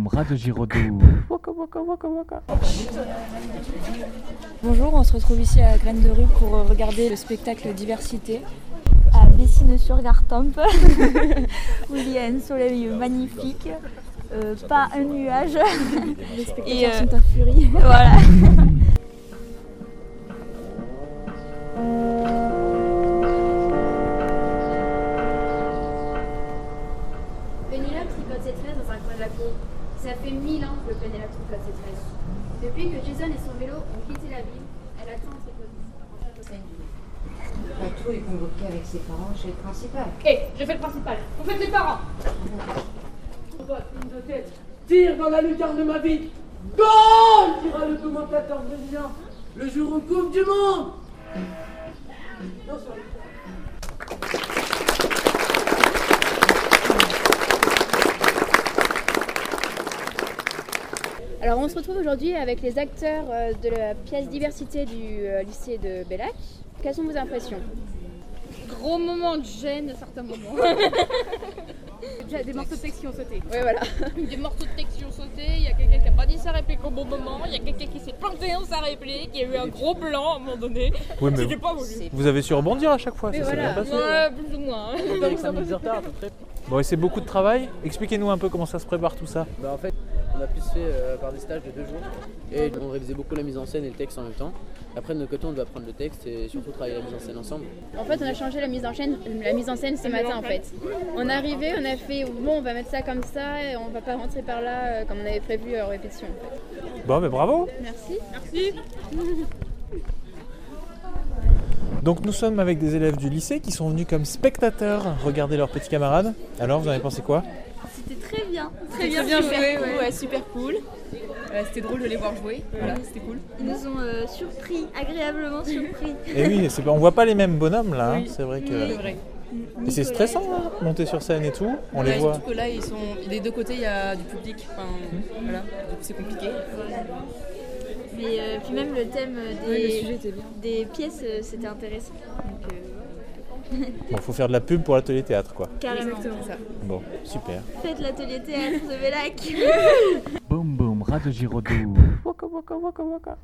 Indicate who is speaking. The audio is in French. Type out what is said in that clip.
Speaker 1: boum, ras de Giraudoux. Waka waka waka waka.
Speaker 2: Bonjour, on se retrouve ici à Graines de Rue pour regarder le spectacle Diversité à Bessines-sur-Gartempe où il y a un soleil magnifique, pas un nuage. Les spectateurs sont en furie. Voilà.
Speaker 3: Pénélope tricote ses tresses dans un coin de la cour. Ça fait 1000 ans que Pénélope tricote ses tresses. Depuis que Jason et son vélo ont quitté la ville, elle attend un tricotage.
Speaker 4: Patou est convoqué avec ses parents chez le principal.
Speaker 5: Hé, je fais le principal. Vous faites les parents.
Speaker 6: Votre ligne de tête, tire dans la lucarne de ma vie. Goal, dira le commentateur brésilien. Le jour où Coupe du Monde. Non, sur
Speaker 3: Alors on se retrouve aujourd'hui avec les acteurs de la pièce Diversité du lycée de Bellac. Quelles sont vos impressions?
Speaker 5: Gros moment de gêne à certains moments. Déjà des morceaux de texte qui ont sauté.
Speaker 3: Oui, voilà.
Speaker 5: Des morceaux de texte qui ont sauté, il y a quelqu'un qui n'a pas dit sa réplique au bon moment, il y a quelqu'un qui s'est planté dans sa réplique, il y a eu un gros blanc à un moment donné.
Speaker 7: Oui, mais
Speaker 5: C'était pas voulu.
Speaker 7: vous avez su rebondir à chaque fois,
Speaker 3: Mais
Speaker 7: ça s'est
Speaker 3: voilà.
Speaker 7: bien passé.
Speaker 5: Ouais, plus ou moins.
Speaker 7: Bon, et c'est beaucoup de travail. Expliquez-nous un peu comment ça se prépare tout ça.
Speaker 8: En fait, on a plus fait par des stages de 2 jours et on révisait beaucoup la mise en scène et le texte en même temps. Après, de notre côté, on doit prendre le texte et surtout travailler la mise en scène ensemble.
Speaker 3: En fait, on a changé la mise en scène ce matin en fait. On est arrivé, on a fait bon, on va mettre ça comme ça et on va pas rentrer par là comme on avait prévu en répétition en fait.
Speaker 7: Bon, mais bravo.
Speaker 3: Merci.
Speaker 5: Merci.
Speaker 7: Donc nous sommes avec des élèves du lycée qui sont venus comme spectateurs regarder leurs petits camarades. Alors, vous en avez pensé quoi?
Speaker 2: C'était très bien.
Speaker 5: Très bien joué,
Speaker 2: Ouais, super cool.
Speaker 5: C'était drôle de les voir jouer, voilà, c'était cool.
Speaker 2: Ils nous ont surpris, agréablement surpris.
Speaker 7: Et oui, on voit pas les mêmes bonhommes là, hein.
Speaker 5: Oui.
Speaker 7: C'est vrai que...
Speaker 5: C'est vrai.
Speaker 7: Et c'est stressant, hein, monter sur scène et tout, on les voit.
Speaker 9: Surtout que là, ils sont des deux côtés, il y a du public, enfin, voilà, donc c'est compliqué.
Speaker 2: Mais puis même le thème
Speaker 5: Le sujet était bien.
Speaker 2: des pièces, c'était intéressant. Donc,
Speaker 7: Bon, faut faire de la pub pour l'atelier théâtre quoi.
Speaker 2: carrément.
Speaker 5: Ça.
Speaker 7: Bon, super.
Speaker 2: Faites l'atelier théâtre de Bellac.
Speaker 1: Boum boum, ras de Giraudoux. Waka waka waka waka.